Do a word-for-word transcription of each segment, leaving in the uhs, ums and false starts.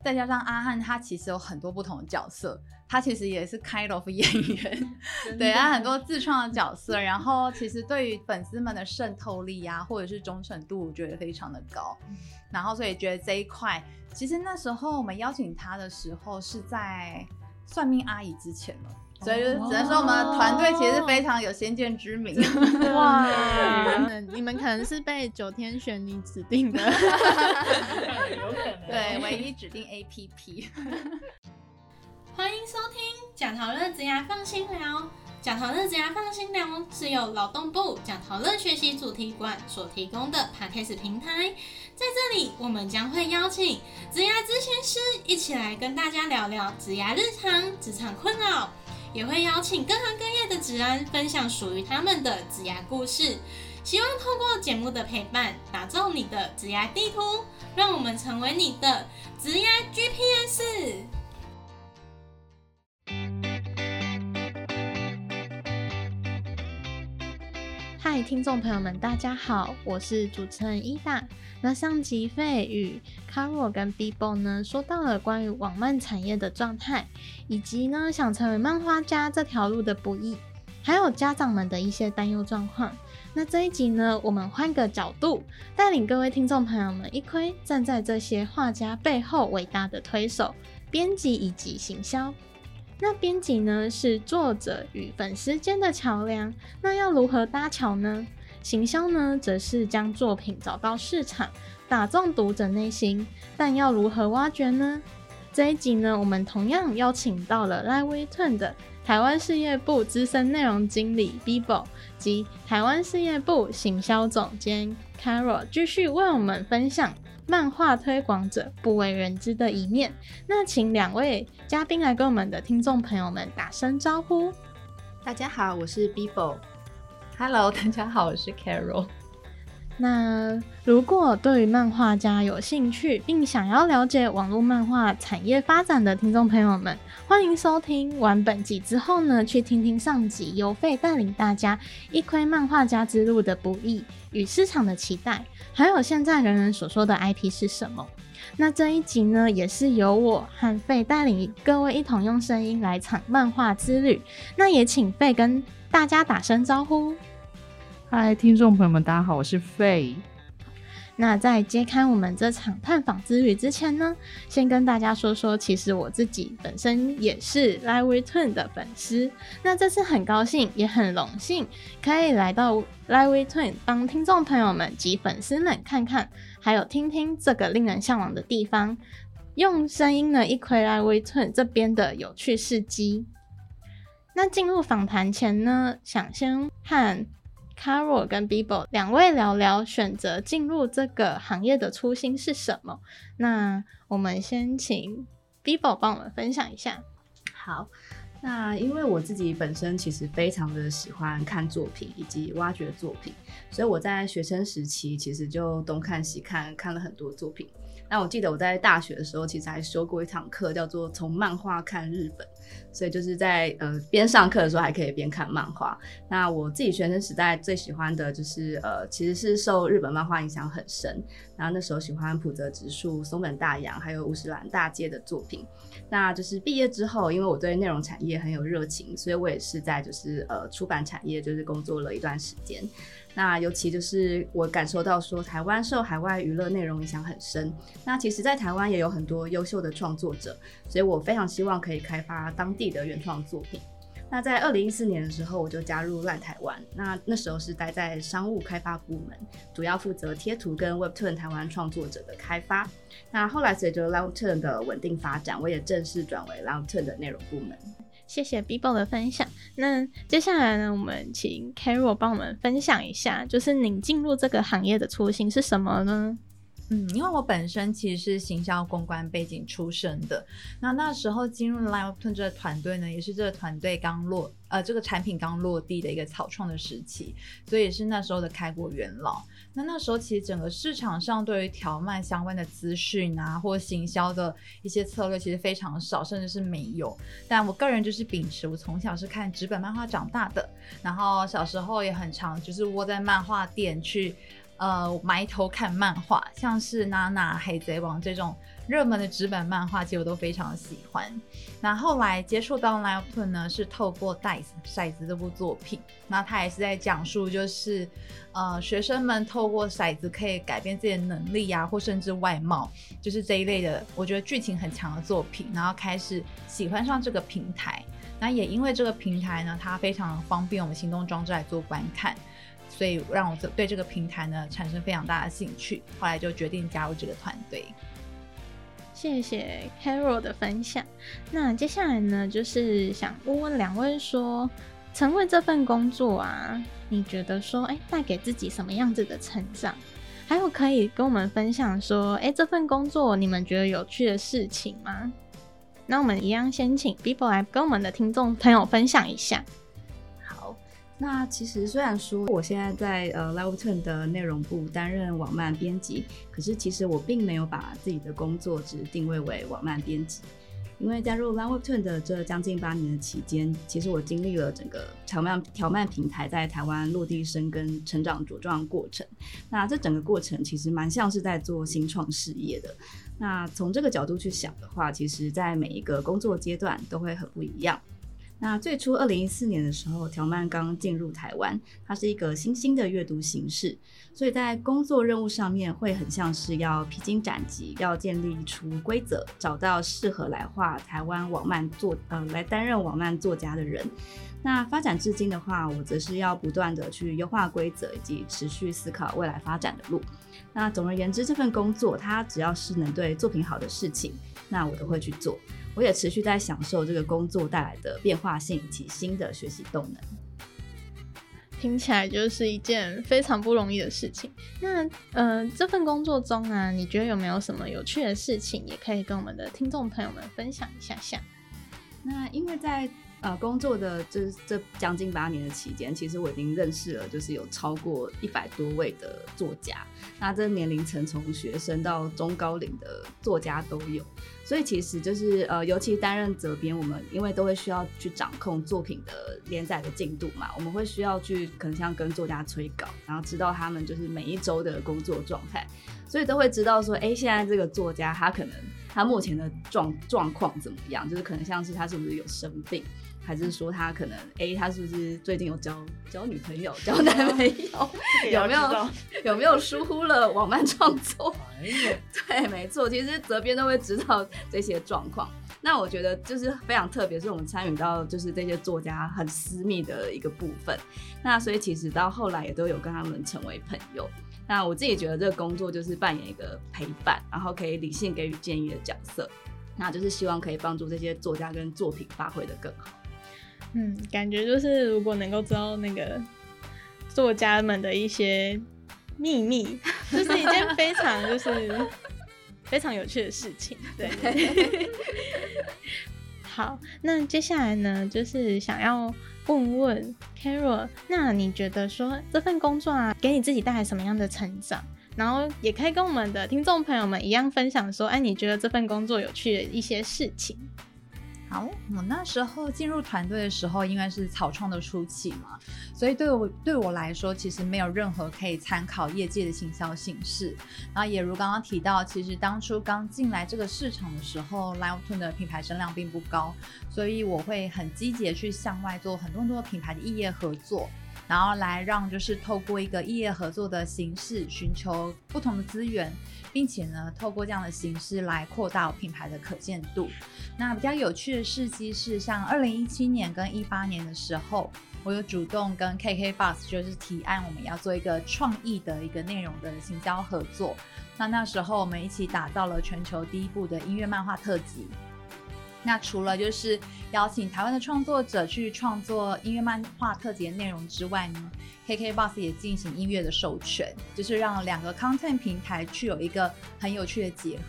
再加上阿翰他其实有很多不同的角色，他其实也是 kind of 演员对，他很多自创的角色，然后其实对于粉丝们的渗透力啊或者是忠诚度我觉得非常的高，然后所以觉得这一块其实那时候我们邀请他的时候是在算命阿姨之前了，所以就只能说我们的团队其实非常有先见之明。 哇，你们可能是被九天玄女指定的， 有可能， 对，唯一指定 A P P。 欢迎收听假桃乐职涯放心聊。假桃乐职涯放心聊是由劳动部假桃乐学习主题馆所提供的 Podcast 平台，在这里我们将会邀请职涯咨询师一起来跟大家聊聊职涯日常、职场困扰，也会邀请各行各业的职安分享属于他们的职涯故事。希望透过节目的陪伴，打造你的职涯地图，让我们成为你的职涯 G P S。 嗨，听众朋友们，大家好，我是主持人伊达。那上集费与 Carol 跟 Bibo 呢说到了关于网漫产业的状态，以及呢想成为漫画家这条路的不易，还有家长们的一些担忧状况。那这一集呢，我们换个角度，带领各位听众朋友们一窥站在这些画家背后伟大的推手、编辑以及行销。那编辑呢是作者与粉丝间的桥梁，那要如何搭桥呢？行销呢则是将作品找到市场，打中读者内心，但要如何挖掘呢？这一集呢，我们同样邀请到了 LiveWebtoon 的台湾事业部资深内容经理 Bibo 及台湾事业部行销总监 Carol 继续为我们分享漫画推广者不为人知的一面。那请两位嘉宾来跟我们的听众朋友们打声招呼。 大家好，我是 Bibo。Hello， 大家好，我是 Carol。 那如果对于漫画家有兴趣，并想要了解网络漫画产业发展的听众朋友们，欢迎收听完本集之后呢，去听听上集由费带领大家一窥漫画家之路的不易与市场的期待，还有现在人人所说的 I P 是什么。那这一集呢，也是由我和费带领各位一同用声音来场漫画之旅。那也请费跟大家打声招呼。 嗨，听众朋友们，大家好，我是费。 那在揭开我们这场探访之旅之前呢，先跟大家说说，其实我自己本身也是 LiveWebtoon 的粉丝。那这次很高兴，也很荣幸，可以来到 LiveWebtoon 帮听众朋友们及粉丝们看看，还有听听这个令人向往的地方，用声音呢一窥 LiveWebtoon 这边的有趣事迹。那进入访谈前呢，想先和Carol 跟 Bibo 两位聊聊选择进入这个行业的初心是什么。那我们先请 Bibo 帮我们分享一下。 好，那因为我自己本身其实非常的喜欢看作品以及挖掘作品，所以我在学生时期其实就东看西看，看了很多作品。那我记得我在大学的时候其实还修过一堂课叫做从漫画看日本，所以就是在呃边上课的时候还可以边看漫画。那我自己学生时代最喜欢的就是呃其实是受日本漫画影响很深，然后那时候喜欢浦泽直树、松本大洋还有五十岚大介的作品。那就是毕业之后，因为我对内容产业很有热情，所以我也是在就是呃出版产业就是工作了一段时间。那尤其就是我感受到说台湾受海外娱乐内容影响很深，那其实在台湾也有很多优秀的创作者，所以我非常希望可以开发当地的原创作品。那在二零一四年的时候我就加入烂台湾，那那时候是待在商务开发部门，主要负责贴图跟 Webtoon 台湾创作者的开发。那后来随着 Webtoon 的稳定发展，我也正式转为 Webtoon 的内容部门。 谢谢 Bibo 的分享。那接下来呢，我们请 Carol 帮我们分享一下，就是您进入这个行业的初心是什么呢？ 嗯，因为我本身其实是行销公关背景出身的，那那时候进入 LiveWebtoon 这个团队呢，也是这个团队刚落呃这个产品刚落地的一个草创的时期，所以也是那时候的开国元老。那那时候其实整个市场上对于条漫相关的资讯啊，或行销的一些策略其实非常少，甚至是没有。但我个人就是秉持我从小是看纸本漫画长大的，然后小时候也很常就是窝在漫画店去呃埋头看漫画，像是娜娜、海贼王这种热门的纸本漫画，其实我都非常喜欢。那后来接触到 Live 呢，是透过 Dice 骰子这部作品，那他也是在讲述就是呃学生们透过骰子可以改变自己的能力啊，或甚至外貌，就是这一类的，我觉得剧情很强的作品，然后开始喜欢上这个平台。那也因为这个平台呢，它非常方便我们行动装置来做观看，所以让我对这个平台呢产生非常大的兴趣，后来就决定加入这个团队。 谢谢 Carol 的分享。那接下来呢，就是想问问两位说，成为这份工作啊，你觉得说，哎，带给自己什么样子的成长？还有可以跟我们分享说，哎，这份工作你们觉得有趣的事情吗？那我们一样先请 Bibo 来跟我们的听众朋友分享一下。 好，那其实虽然说我现在在呃 Live 的内容部担任网漫编辑，可是其实我并没有把自己的工作只定位为网漫编辑。因为加入 Live 的这将近八年的期间，其实我经历了整个条漫条漫平台在台湾落地生根、成长茁壮的过程。那这整个过程其实蛮像是在做新创事业的。那从这个角度去想的话，其实在每一个工作阶段都会很不一样。那最初二零一四年的时候，条漫刚进入台湾，它是一个新兴的阅读形式，所以在工作任务上面会很像是要披荆斩棘，要建立出规则，找到适合来画台湾网漫作呃来担任网漫作家的人。那发展至今的话，我则是要不断的去优化规则，以及持续思考未来发展的路。那总而言之，这份工作它只要是能对作品好的事情，那我都会去做。我也持续在享受这个工作带来的变化性以及新的学习动能。 听起来就是一件非常不容易的事情。那呃，这份工作中啊，你觉得有没有什么有趣的事情，也可以跟我们的听众朋友们分享一下下？ 那因为在呃工作的这这将近八年的期间，其实我已经认识了，就是有超过一百多位的作家。那这年龄层从学生到中高龄的作家都有。所以其实就是呃，尤其担任责编，我们因为都会需要去掌控作品的连载的进度嘛，我们会需要去可能像跟作家催稿，然后知道他们就是每一周的工作状态，所以都会知道说，哎，现在这个作家他可能他目前的状状况怎么样，就是可能像是他是不是有生病，还是说他可能哎，他是不是最近有交交女朋友、交男朋友，有没有有没有疏忽了网漫创作？对，没错，其实责编都会知道这些状况。那我觉得就是非常特别，是我们参与到就是这些作家很私密的一个部分。那所以其实到后来也都有跟他们成为朋友。那我自己觉得这个工作就是扮演一个陪伴，然后可以理性给予建议的角色。那就是希望可以帮助这些作家跟作品发挥得更好。 嗯，感觉就是如果能够知道那个作家们的一些秘密，就是一件非常就是非常有趣的事情。对，好，那接下来呢，就是想要问问 Carol， 那你觉得说这份工作啊，给你自己带来什么样的成长？然后也可以跟我们的听众朋友们一样分享说，哎，你觉得这份工作有趣的一些事情。 好，我那时候进入团队的时候，因为是草创的初期嘛，所以对我对我来说，其实没有任何可以参考业界的行销形式。然后也如刚刚提到，其实当初刚进来这个市场的时候 ，Live 的品牌声量并不高，所以我会很积极的去向外做很多很多品牌的异业合作。然后来让就是透过一个异业合作的形式，寻求不同的资源，并且呢，透过这样的形式来扩大品牌的可见度。那比较有趣的事迹是，像二零一七年跟一八年的时候，我有主动跟 K K B O X 就是提案，我们要做一个创意的一个内容的行销合作。那那时候我们一起打造了全球第一部的音乐漫画特辑。那除了就是邀请台湾的创作者去创作音乐漫画特辑的内容之外呢， K K B O X 也进行音乐的授权，就是让两个 content 平台具有一个很有趣的结合。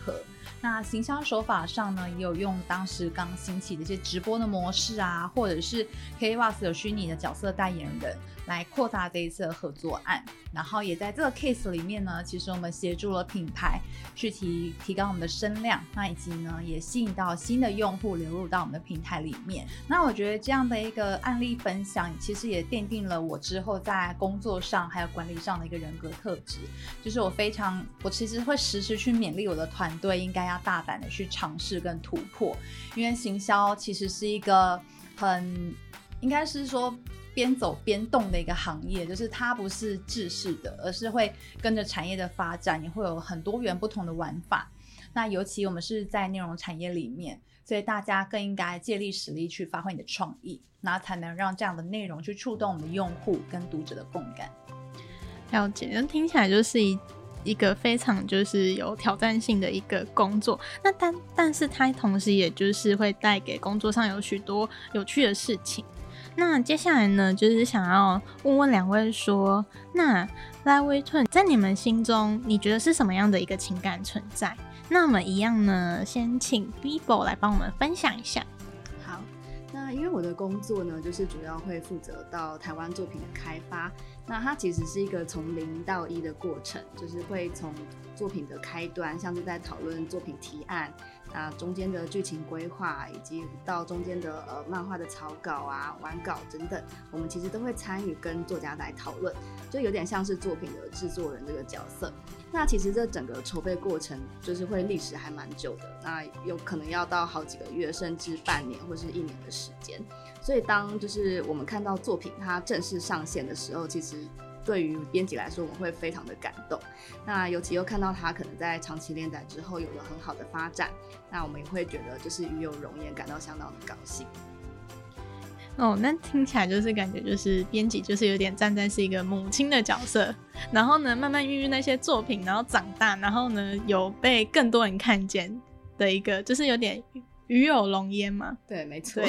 那行销手法上呢，也有用当时刚兴起的一些直播的模式啊，或者是 K O S 有虚拟的角色代言人来扩大这一次的合作案。然后也在这个 case 里面呢，其实我们协助了品牌去提提高我们的声量，那以及呢也吸引到新的用户流入到我们的平台里面。那我觉得这样的一个案例分享，其实也奠定了我之后在工作上还有管理上的一个人格特质，就是我非常我其实会时时去勉励我的团队应该要大胆的去尝试跟突破，因为行销其实是一个很应该是说边走边动的一个行业，就是它不是制式的，而是会跟着产业的发展，也会有很多元不同的玩法。那尤其我们是在内容产业里面，所以大家更应该借力使力去发挥你的创意，那才能让这样的内容去触动我们的用户跟读者的共感。 了解，那听起来就是一一个非常就是有挑战性的一个工作，那但但是它同时也就是会带给工作上有许多有趣的事情。那接下来呢，就是想要问问两位说，那 LiveWebtoon 在你们心中，你觉得是什么样的一个情感存在？那我们一样呢，先请 Bibo 来帮我们分享一下。 好，那因为我的工作呢，就是主要会负责到台湾作品的开发，那它其实是一个从零到一的过程，就是会从作品的开端，像是在讨论作品提案，那中间的剧情规划，以及到中间的呃漫画的草稿啊、完稿等等，我们其实都会参与跟作家来讨论，就有点像是作品的制作人这个角色。那其实这整个筹备过程就是会历时还蛮久的，那有可能要到好几个月，甚至半年或是一年的时间。所以当就是我们看到作品它正式上线的时候，其实对于编辑来说，我们会非常的感动。那尤其又看到它可能在长期连载之后有了很好的发展，那我们也会觉得就是与有荣焉，感到相当的高兴。 哦，那听起来就是感觉就是编辑就是有点站在是一个母亲的角色，然后呢慢慢孕育那些作品，然后长大，然后呢有被更多人看见的一个，就是有点与有荣焉嘛。 对，没错。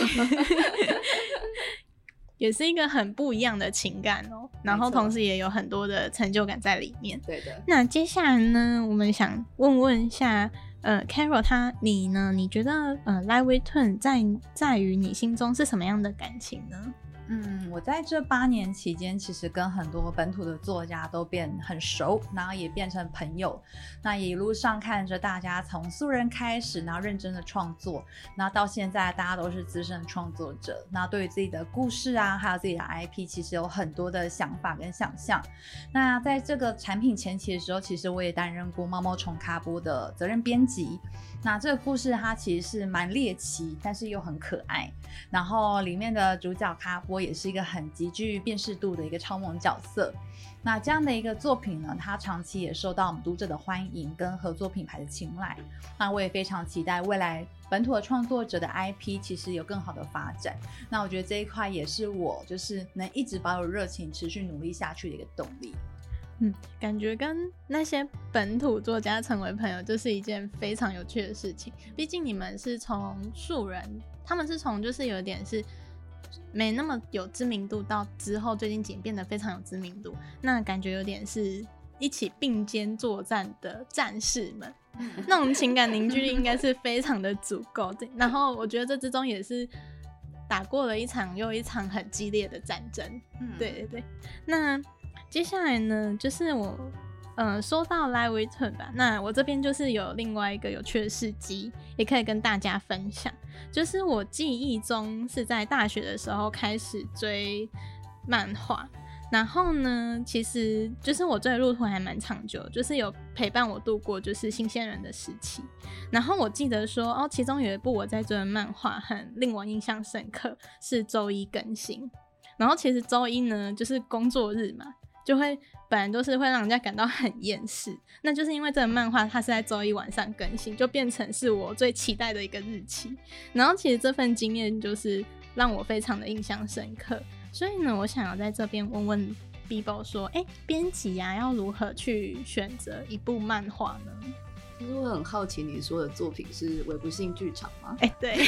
也是一个很不一样的情感哦，然后同时也有很多的成就感在里面。 对的。 那接下来呢，我们想问问一下，呃 ，Carol 她你呢？你觉得呃 LiveWebtoon 在在于你心中是什么样的感情呢？ 嗯，我在这八年期间，其实跟很多本土的作家都变很熟，然后也变成朋友。那也一路上看着大家从素人开始，然后认真的创作，然后到现在大家都是资深的创作者，那对于自己的故事啊，还有自己的 I P， 其实有很多的想法跟想象。那在这个产品前期的时候，其实我也担任过猫猫虫咖波的责任编辑。那这个故事它其实是蛮猎奇，但是又很可爱。然后里面的主角咖波也是一个很极具辨识度的一个超萌角色。那这样的一个作品呢，它长期也受到我们读者的欢迎跟合作品牌的青睐。那我也非常期待未来本土的创作者的 I P 其实有更好的发展。那我觉得这一块也是我就是能一直保有热情持续努力下去的一个动力。 嗯，感觉跟那些本土作家成为朋友就是一件非常有趣的事情。毕竟你们是从素人，他们是从就是有点是没那么有知名度，到之后最近几年变得非常有知名度，那感觉有点是一起并肩作战的战士们，那种情感凝聚力应该是非常的足够。然后我觉得这之中也是打过了一场又一场很激烈的战争。嗯，对对对。那接下来呢，就是我呃说到 LiveWebtoon 吧，那我这边就是有另外一个有趣的事迹，也可以跟大家分享。就是我记忆中是在大学的时候开始追漫画，然后呢，其实就是我追的路途还蛮长久，就是有陪伴我度过就是新鲜人的时期。然后我记得说，哦，其中有一部我在追的漫画很令我印象深刻，是周一更新。然后其实周一呢，就是工作日嘛，就会本来都是会让人家感到很厌世，那就是因为这个漫画它是在周一晚上更新，就变成是我最期待的一个日期。然后其实这份经验就是让我非常的印象深刻，所以呢，我想要在这边问问 Bibo 说，哎，编辑啊，要如何去选择一部漫画呢？ 其实我很好奇，你说的作品是微不幸剧场吗？ 哎，对，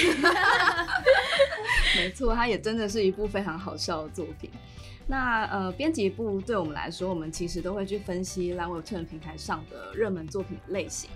没错，它也真的是一部非常好笑的作品。那呃，编辑部对我们来说，我们其实都会去分析 LiveWebtoon 平台上的热门作品类型，还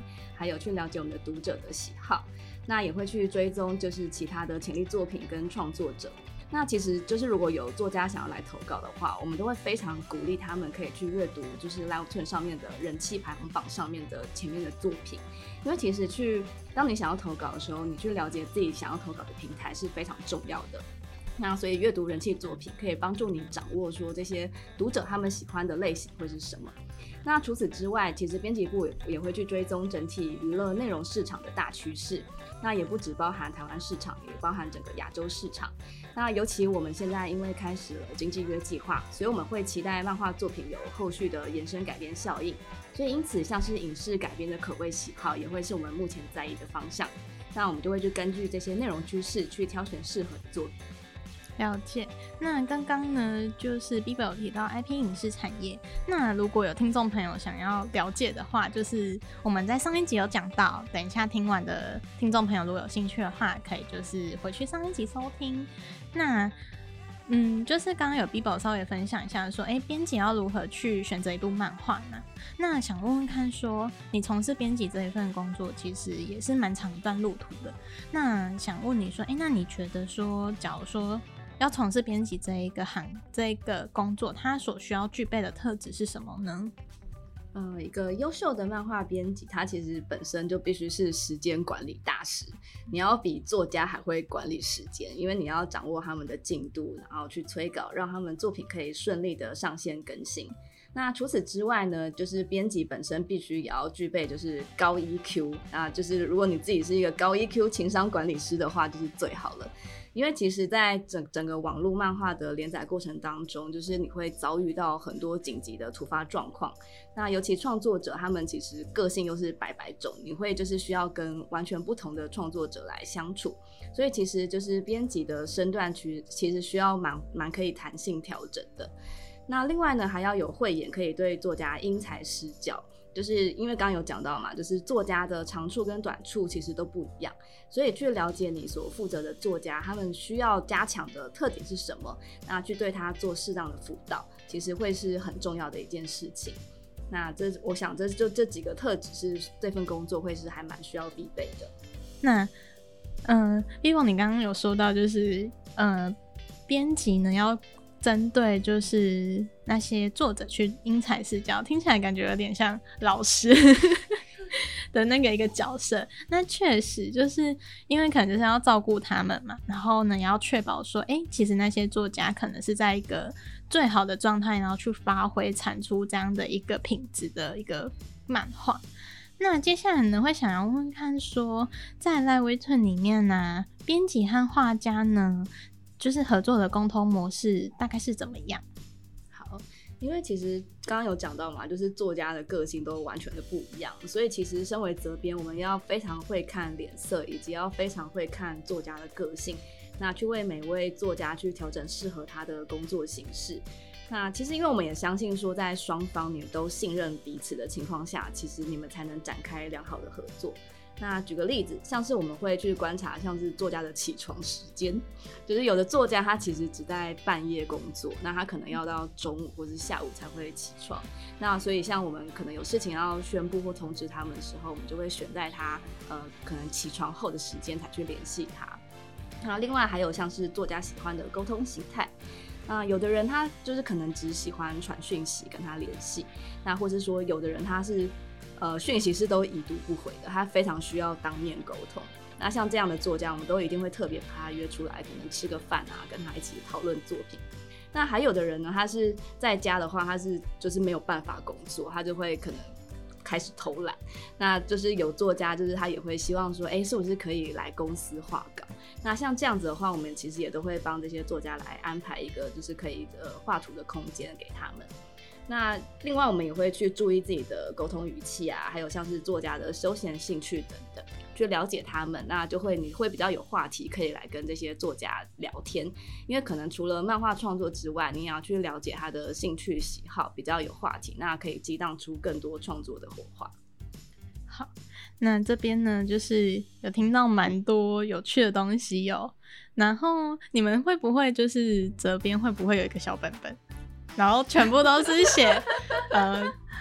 还有去了解我们的读者的喜好。那也会去追踪就是其他的潜力作品跟创作者。那其实就是如果有作家想要来投稿的话，我们都会非常鼓励他们可以去阅读就是 Livetoon 上面的人气排行榜上面的前面的作品，因为其实去当你想要投稿的时候，你去了解自己想要投稿的平台是非常重要的。那所以阅读人气作品可以帮助你掌握说这些读者他们喜欢的类型会是什么。那除此之外，其实编辑部也会去追踪整体娱乐内容市场的大趋势，那也不只包含台湾市场，也包含整个亚洲市场。那尤其我们现在因为开始了经纪约计划，所以我们会期待漫画作品有后续的延伸改编效应，所以因此像是影视改编的口味喜好也会是我们目前在意的方向。那我们就会去根据这些内容趋势去挑选适合的作品。 了解。那刚刚呢，就是 Bibo 有提到 I P 影视产业。那如果有听众朋友想要了解的话，就是我们在上一集有讲到，等一下听完的听众朋友如果有兴趣的话，可以就是回去上一集收听。那嗯，就是刚刚有 Bibo 稍微分享一下说，哎，编辑要如何去选择一部漫画呢？那想问问看说，你从事编辑这一份工作，其实也是蛮长一段路途的。那想问你说，哎，那你觉得说，假如说要从事编辑这一个行这一个工作，它所需要具备的特质是什么呢？ 呃，一个优秀的漫画编辑，他其实本身就必须是时间管理大师。你要比作家还会管理时间，因为你要掌握他们的进度，然后去催稿，让他们作品可以顺利的上线更新。那除此之外呢，就是编辑本身必须也要具备就是高 E Q， 那就是如果你自己是一个高 E Q 情商管理师的话，就是最好了。因为其实在整整个网络漫画的连载过程当中，就是你会遭遇到很多紧急的突发状况。那尤其创作者他们其实个性又是百百种，你会就是需要跟完全不同的创作者来相处，所以其实就是编辑的身段其实需要蛮蛮可以弹性调整的。那另外呢，还要有慧眼，可以对作家因材施教。就是因为刚刚有讲到嘛，就是作家的长处跟短处其实都不一样，所以去了解你所负责的作家他们需要加强的特点是什么，那去对他做适当的辅导，其实会是很重要的一件事情。那这我想这就这几个特质是这份工作会是还蛮需要必备的。 那嗯 Bibo 你刚刚有说到就是呃编辑呢要针对就是那些作者去因材施教，听起来感觉有点像老师的那个一个角色。那确实就是因为可能就是要照顾他们嘛，然后呢也要确保说，哎、欸，其实那些作家可能是在一个最好的状态，然后去发挥产出这样的一个品质的一个漫画。那接下来呢，会想要问看说，在 Livetoon 里面呢、啊，编辑和画家呢，就是合作的沟通模式大概是怎么样？ 好，因为其实刚刚有讲到嘛，就是作家的个性都完全的不一样，所以其实身为责编，我们要非常会看脸色，以及要非常会看作家的个性，那去为每位作家去调整适合他的工作形式。那其实因为我们也相信说，在双方你们都信任彼此的情况下，其实你们才能展开良好的合作。那举个例子，像是我们会去观察像是作家的起床时间，就是有的作家他其实只在半夜工作，那他可能要到中午或是下午才会起床，那所以像我们可能有事情要宣布或通知他们的时候，我们就会选在他呃可能起床后的时间才去联系他。那另外还有像是作家喜欢的沟通形态，那有的人他就是可能只喜欢传讯息跟他联系，那或是说有的人他是呃讯息是都已读不回的，他非常需要当面沟通。那像这样的作家，我们都一定会特别把他约出来，可能吃个饭啊，跟他一起讨论作品。那还有的人呢，他是在家的话，他是就是没有办法工作，他就会可能开始偷懒。那就是有作家，就是他也会希望说，哎、欸，是不是可以来公司画稿？那像这样子的话，我们其实也都会帮这些作家来安排一个就是可以呃画图的空间给他们。那另外我们也会去注意自己的沟通语气啊，还有像是作家的休闲兴趣等等，去了解他们，那就会你会比较有话题可以来跟这些作家聊天，因为可能除了漫画创作之外，你也要去了解他的兴趣喜好，比较有话题，那可以激荡出更多创作的火花。 好，那这边呢就是有听到蛮多有趣的东西哦，然后你们会不会就是责编会不会有一个小本本，然后全部都是写呃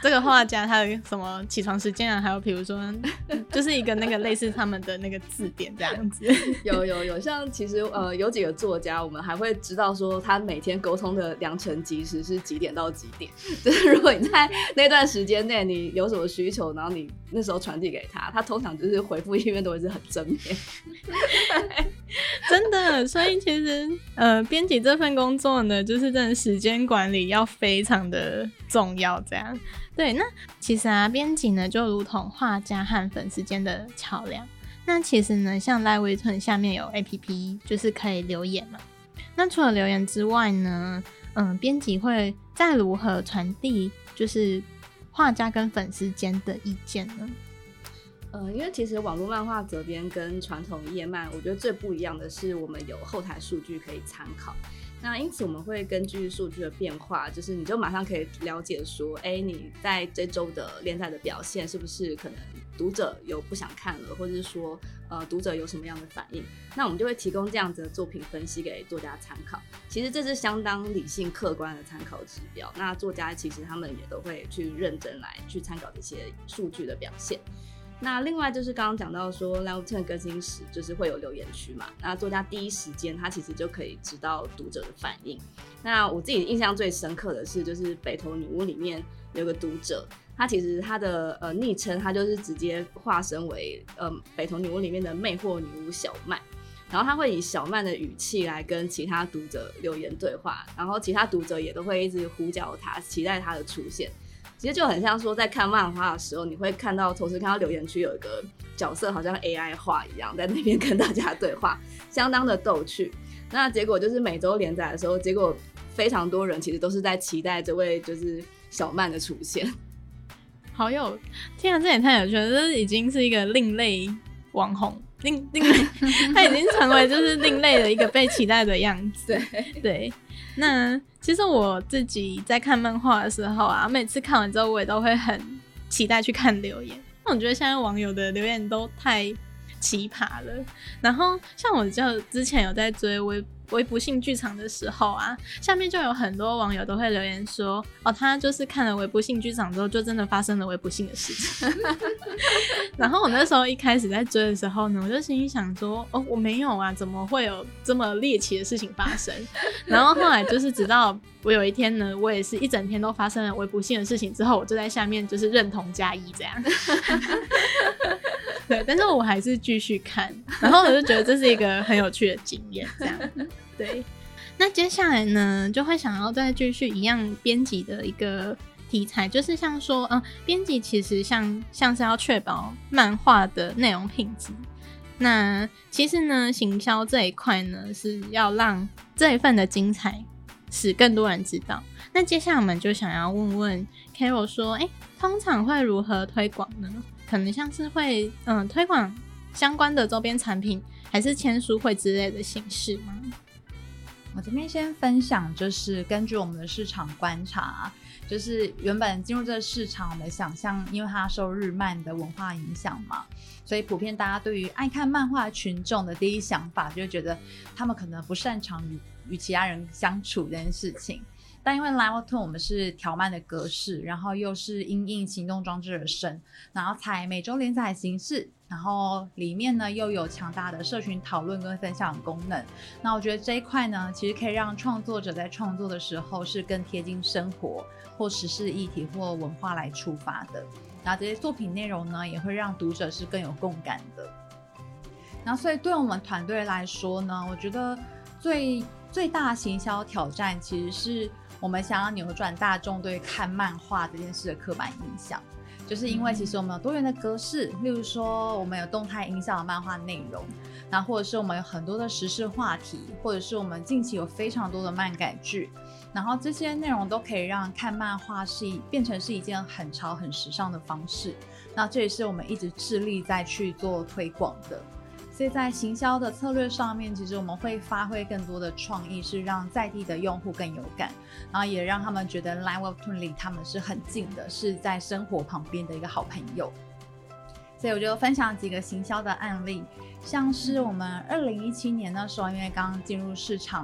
这个画家他的什么起床时间啊，还有比如说就是一个那个类似他们的那个字典这样子。 有有有，像其实呃有几个作家，我们还会知道说他每天沟通的良辰吉时是几点到几点，就是如果你在那段时间内你有什么需求，然后你那时候传递给他，他通常就是回复意愿都会是很正面。 真的，所以其实呃编辑这份工作呢，就是真的时间管理要非常的重要这样。对，那其实啊编辑呢就如同画家和粉丝间的桥梁。那其实呢像 LiveWebtoon 下面有 A P P 就是可以留言嘛，那除了留言之外呢嗯编辑会再如何传递就是画家跟粉丝间的意见呢？ 呃，因为其实网络漫画责编跟传统页漫，我觉得最不一样的是我们有后台数据可以参考。那因此我们会根据数据的变化，就是你就马上可以了解说，哎，你在这周的连载的表现是不是可能读者有不想看了，或者是说呃读者有什么样的反应，那我们就会提供这样子的作品分析给作家参考。其实这是相当理性客观的参考指标，那作家其实他们也都会去认真来去参考这些数据的表现。那另外就是刚刚讲到说 LiveWebtoon 更新时就是会有留言区嘛，那作家第一时间他其实就可以知道读者的反应。那我自己印象最深刻的是，就是北投女巫里面有个读者，他其实他的呃昵称他就是直接化身为呃北投女巫里面的魅惑女巫小曼，然后他会以小曼的语气来跟其他读者留言对话，然后其他读者也都会一直呼叫他，期待他的出现。其实就很像说在看漫画的时候，你会看到同时看到留言区有一个角色好像 A I 画一样在那边跟大家对话，相当的逗趣。那结果就是每周连载的时候，结果非常多人其实都是在期待这位就是小曼的出现。 好有，天啊，这也太有趣了，这已经是一个另类网红，另另类，他已经成为就是另类的一个被期待的样子。 对对，那其实我自己在看漫画的时候啊，每次看完之后我也都会很期待去看留言。那我觉得现在网友的留言都太奇葩了。然后像我就之前有在追微微不幸剧场的时候啊，下面就有很多网友都会留言说，哦，他就是看了微不幸剧场之后，就真的发生了微不幸的事情。然后我那时候一开始在追的时候呢，我就心里想说，哦，我没有啊，怎么会有这么猎奇的事情发生？然后后来就是直到我有一天呢，我也是一整天都发生了微不幸的事情之后，我就在下面就是认同加一这样。对，但是我还是继续看，然后我就觉得这是一个很有趣的经验，这样。对，那接下来呢，就会想要再继续一样编辑的一个题材，就是像说，嗯，编辑其实像像是要确保漫画的内容品质。那其实呢，行销这一块呢，是要让这一份的精彩使更多人知道。那接下来我们就想要问问 Carol 说，哎，通常会如何推广呢？可能像是会嗯推广相关的周边产品，还是签书会之类的形式吗？ 我这边先分享，就是根据我们的市场观察，就是原本进入这个市场，我们想象因为它受日漫的文化影响嘛，所以普遍大家对于爱看漫画群众的第一想法就觉得他们可能不擅长与与其他人相处这件事情。但因为 LiveWebtoon 我们是条漫的格式，然后又是因应行动装置而生，然后采每周连载形式，然后里面呢又有强大的社群讨论跟分享的功能。那我觉得这一块呢，其实可以让创作者在创作的时候是更贴近生活或时事议题或文化来出发的。然后这些作品内容呢，也会让读者是更有共感的。然后所以对我们团队来说呢，我觉得最最大的行销挑战其实是我们想要扭转大众对看漫画这件事的刻板印象，就是因为其实我们有多元的格式，例如说我们有动态影响的漫画内容，然后或者是我们有很多的时事话题，或者是我们近期有非常多的漫改剧，然后这些内容都可以让看漫画是变成是一件很潮很时尚的方式。那这也是我们一直致力在去做推广的。所以在行销的策略上面，其实我们会发挥更多的创意，是让在地的用户更有感，然后也让他们觉得 LiveWebtoon 离他们是很近的，是在生活旁边的一个好朋友。所以我就分享几个行销的案例，像是我们二零一七年那时候，因为刚刚进入市场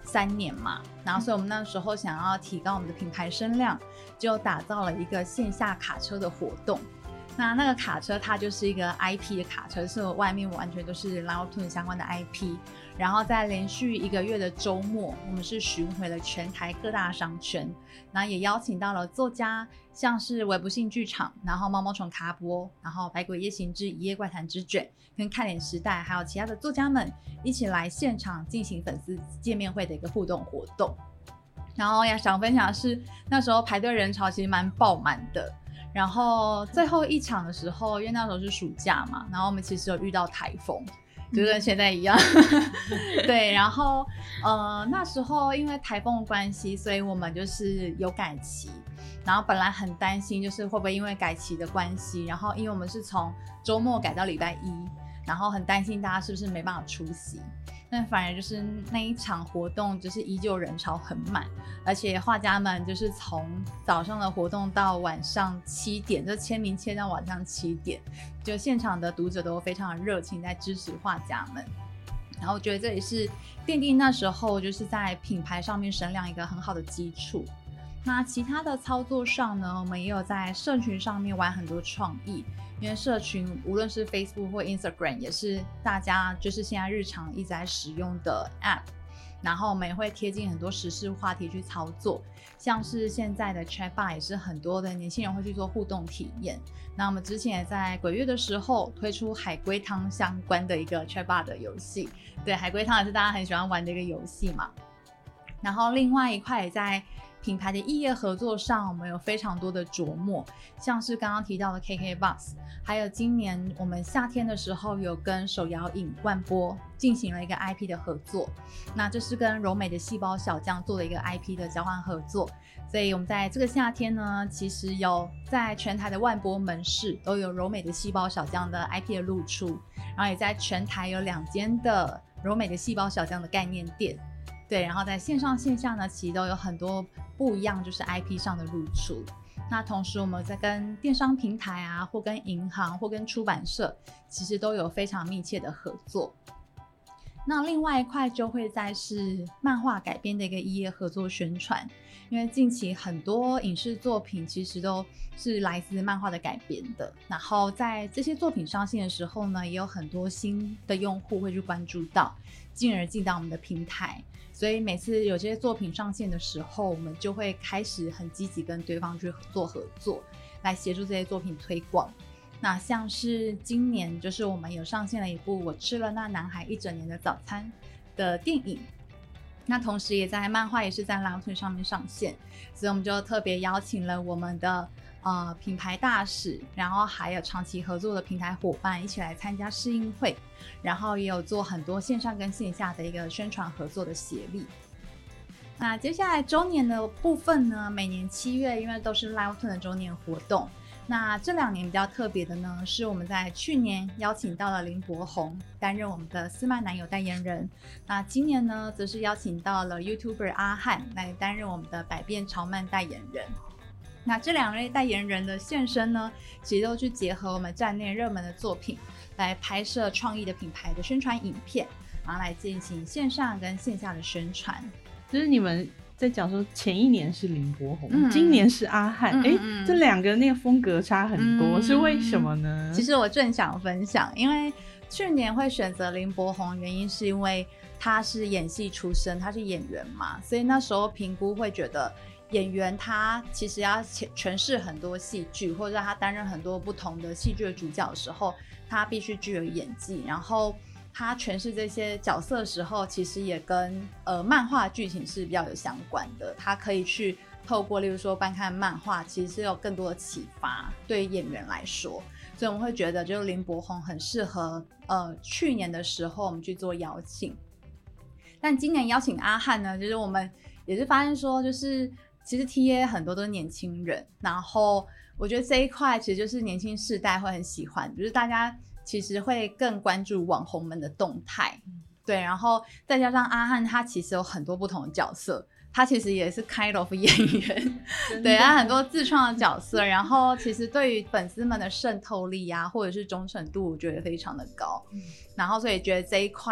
三年嘛，然后所以我们那时候想要提高我们的品牌声量，就打造了一个线下卡车的活动。那那个卡车它就是一个 I P 的卡车，是外面完全都是 Loudtune 相关的 I P， 然后在连续一个月的周末，我们是巡回了全台各大商圈，然后也邀请到了作家，像是微不幸剧场，然后猫猫虫卡波，然后百鬼夜行之一夜怪谈之卷，跟看脸时代，还有其他的作家们一起来现场进行粉丝见面会的一个互动活动。然后也想分享的是，那时候排队人潮其实蛮爆满的。然后最后一场的时候，因为那时候是暑假嘛，然后我们其实有遇到台风，就跟现在一样。对，然后呃那时候因为台风的关系，所以我们就是有改期。然后本来很担心，就是会不会因为改期的关系，然后因为我们是从周末改到礼拜一，然后很担心大家是不是没办法出席。但反而就是那一场活动就是依旧人潮很满，而且画家们就是从早上的活动到晚上七点，就签名签到晚上七点，就现场的读者都非常的热情在支持画家们。然后我觉得这也是奠定那时候就是在品牌上面声量一个很好的基础。那其他的操作上呢，我们也有在社群上面玩很多创意，因为社群无论是 Facebook 或 Instagram 也是大家就是现在日常一直在使用的 App， 然后我们也会贴进很多时事话题去操作，像是现在的 Chatbot 也是很多的年轻人会去做互动体验。那我们之前也在鬼月的时候推出海龟汤相关的一个 Chatbot 的游戏，对，海龟汤也是大家很喜欢玩的一个游戏嘛。然后另外一块也在品牌的异业合作上，我们有非常多的琢磨，像是刚刚提到的 K K B O X， 还有今年我们夏天的时候有跟手摇饮万波进行了一个 I P 的合作，那这是跟柔美的细胞小将做了一个 I P 的交换合作，所以我们在这个夏天呢，其实有在全台的万波门市都有柔美的细胞小将的 I P 的露出，然后也在全台有两间的柔美的细胞小将的概念店。对，然后在线上线下呢，其实都有很多不一样，就是 I P 上的露出。那同时我们在跟电商平台啊，或跟银行，或跟出版社，其实都有非常密切的合作。那另外一块就会在是漫画改编的一个异业合作宣传，因为近期很多影视作品其实都是来自漫画的改编的，然后在这些作品上线的时候呢，也有很多新的用户会去关注到，进而进到我们的平台。所以每次有这些作品上线的时候，我们就会开始很积极跟对方去做合作，来协助这些作品推广。那像是今年就是我们有上线了一部我吃了那男孩一整年的早餐的电影，那同时也在漫画也是在 Loudtune 上面上线，所以我们就特别邀请了我们的呃品牌大使，然后还有长期合作的平台伙伴一起来参加试映会，然后也有做很多线上跟线下的一个宣传合作的协力。那接下来周年的部分呢，每年七月因为都是 Loudtune 的周年活动，那这两年比较特别的呢，是我们在去年邀请到了林柏宏担任我们的斯曼男友代言人，那今年呢则是邀请到了 YouTuber 阿汉来担任我们的百变潮漫代言人。那这两位代言人的现身呢，其实都去结合我们站内热门的作品来拍摄创意的品牌的宣传影片，然后来进行线上跟线下的宣传。 就是你们在讲说前一年是林柏宏、 嗯、 今年是阿汉，哎、嗯嗯，这两个那个风格差很多、嗯、是为什么呢？ 其实我正想分享，因为去年会选择林柏宏，原因是因为他是演戏出身，他是演员嘛，所以那时候评估会觉得演员他其实要诠释很多戏剧，或者他担任很多不同的戏剧的主角的时候，他必须具有演技，然后他诠释这些角色的时候，其实也跟呃漫画剧情是比较有相关的，他可以去透过例如说观看漫画，其实是有更多的启发对演员来说，所以我们会觉得就是林柏宏很适合呃去年的时候我们去做邀请。但今年邀请阿汉呢，就是我们也是发现说，就是其实 T A 很多都是年轻人，然后我觉得这一块其实就是年轻世代会很喜欢，就是大家其实会更关注网红们的动态，对，然后再加上阿汉他其实有很多不同的角色，他其实也是 kind of 演员，对，他很多自创的角色，然后其实对于粉丝们的渗透力啊，或者是忠诚度，我觉得非常的高，嗯、然后所以觉得这一块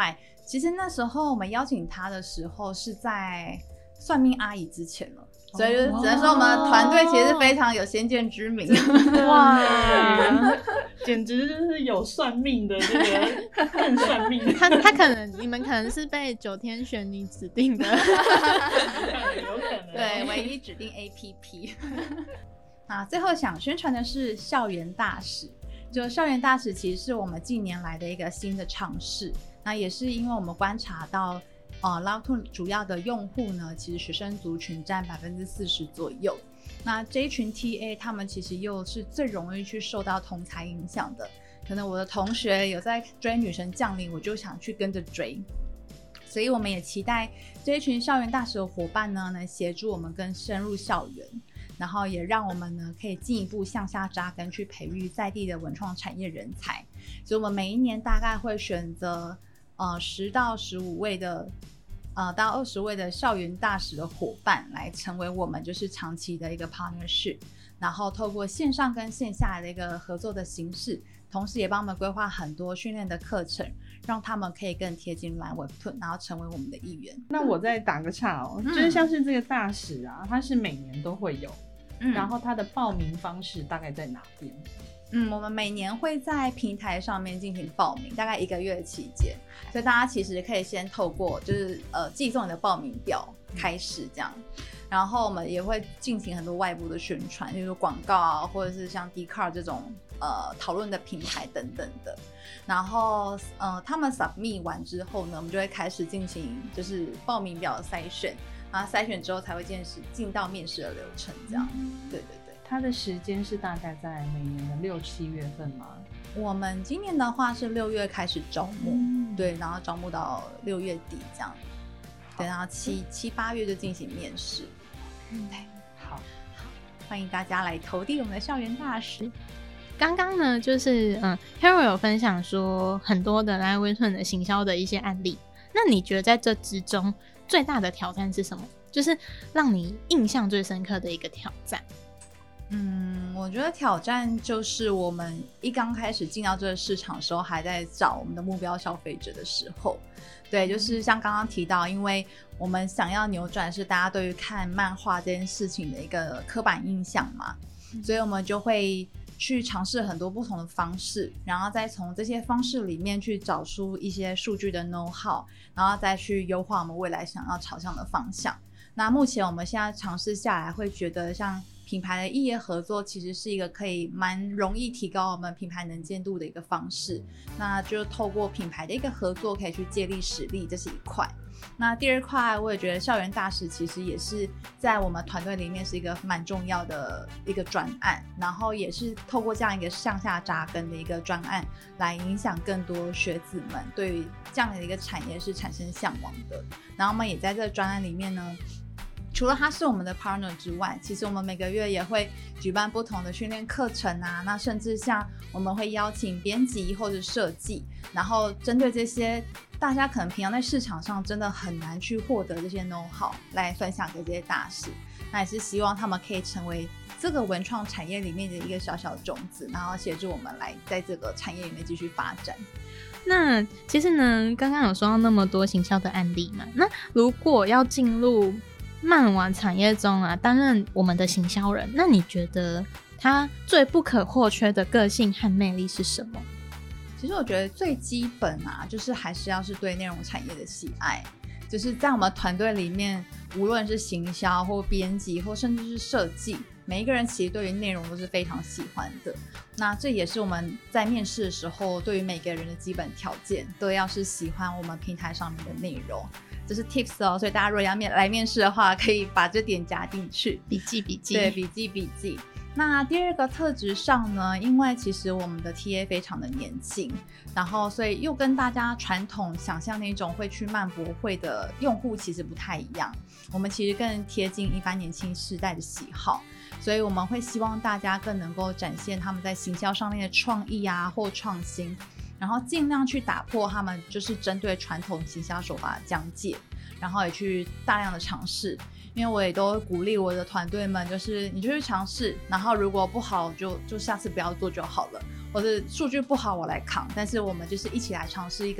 其实那时候我们邀请他的时候是在算命阿姨之前了，所以就只能说我们团队其实非常有先见之明。 哇，简直就是有算命的这个更算命的。 他他可能你们可能是被九天玄女指定的， 有可能。 对，唯一指定 A P P。啊，最后想宣传的是校园大使。就校园大使其实是我们近年来的一个新的尝试，那也是因为我们观察到，呃 Lovetoon 主要的用户呢，其实学生族群占百分之四十左右。那这一群 T A 他们其实又是最容易去受到同侪影响的。可能我的同学有在追女神降临，我就想去跟着追。所以我们也期待这一群校园大使的伙伴呢，能协助我们更深入校园。然后也让我们呢可以进一步向下扎根，去培育在地的文创产业人才。所以我们每一年大概会选择呃十到十五位的呃到二十位的校园大使的伙伴，来成为我们就是长期的一个 partnership。然后透过线上跟线下的一个合作的形式，同时也帮我们规划很多训练的课程，让他们可以更贴近 Line Webtoon， 然后成为我们的一员。 那我再打个岔哦，嗯、就是像是这个大使啊，它是每年都会有。嗯、然后它的报名方式大概在哪边？ 嗯，我们每年会在平台上面进行报名，大概一个月的期间，所以大家其实可以先透过就是呃寄送你的报名表开始这样，然后我们也会进行很多外部的宣传，例如广告啊，或者是像 Dcard 这种呃讨论的平台等等的。然后呃他们 submit 完之后呢，我们就会开始进行就是报名表的筛选。然后筛选之后才会进行进到面试的流程，这样。对对对， 它的时间是大概在每年的六七月份吗？ 我们今年的话是六月开始招募，嗯、对，然后招募到六月底这样，对，然后七七八月就进行面试。 嗯，对，好， 好，欢迎大家来投递我们的校园大使。 刚刚呢，就是嗯 ，Carol 有分享说很多的 Line Webtoon 的行销的一些案例，那你觉得在这之中？最大的挑战是什么？就是让你印象最深刻的一个挑战。 嗯，我觉得挑战就是我们一刚开始进到这个市场的时候，还在找我们的目标消费者的时候，对，就是像刚刚提到，因为我们想要扭转是大家对于看漫画这件事情的一个刻板印象嘛，所以我们就会去尝试很多不同的方式，然后再从这些方式里面去找出一些数据的 know how， 然后再去优化我们未来想要朝向的方向。那目前我们现在尝试下来，会觉得像品牌的异业合作其实是一个可以蛮容易提高我们品牌能见度的一个方式。那就透过品牌的一个合作，可以去借力使力，这是一块。那第二块，我也觉得校园大使其实也是在我们团队里面是一个蛮重要的一个专案，然后也是透过这样一个向下扎根的一个专案，来影响更多学子们对于这样的一个产业是产生向往的。然后我们也在这个专案里面呢，除了他是我们的 partner 之外，其实我们每个月也会举办不同的训练课程啊，那甚至像我们会邀请编辑或者设计，然后针对这些大家可能平常在市场上真的很难去获得这些 know how 来分享给这些大使，那也是希望他们可以成为这个文创产业里面的一个小小种子，然后协助我们来在这个产业里面继续发展。 那其实呢，刚刚有说到那么多行销的案例嘛，那如果要进入漫玩产业中啊，担任我们的行销人，那你觉得他最不可或缺的个性和魅力是什么？ 其实我觉得最基本啊，就是还是要是对内容产业的喜爱，就是在我们团队里面，无论是行销或编辑或甚至是设计，每一个人其实对于内容都是非常喜欢的。那这也是我们在面试的时候，对于每个人的基本条件，都要是喜欢我们平台上面的内容。这是 tips 哦，所以大家如果要面来面试的话，可以把这点加进去， 笔记笔记， 对，笔记笔记。那第二个特质上呢，因为其实我们的 T A 非常的年轻，然后所以又跟大家传统想象那种会去漫博会的用户其实不太一样，我们其实更贴近一般年轻世代的喜好，所以我们会希望大家更能够展现他们在行销上面的创意啊或创新，然后尽量去打破他们就是针对传统行销手法的疆界，然后也去大量的尝试。因为我也都鼓励我的团队们，就是你就去尝试，然后如果不好就就下次不要做就好了，或者数据不好我来扛，但是我们就是一起来尝试一个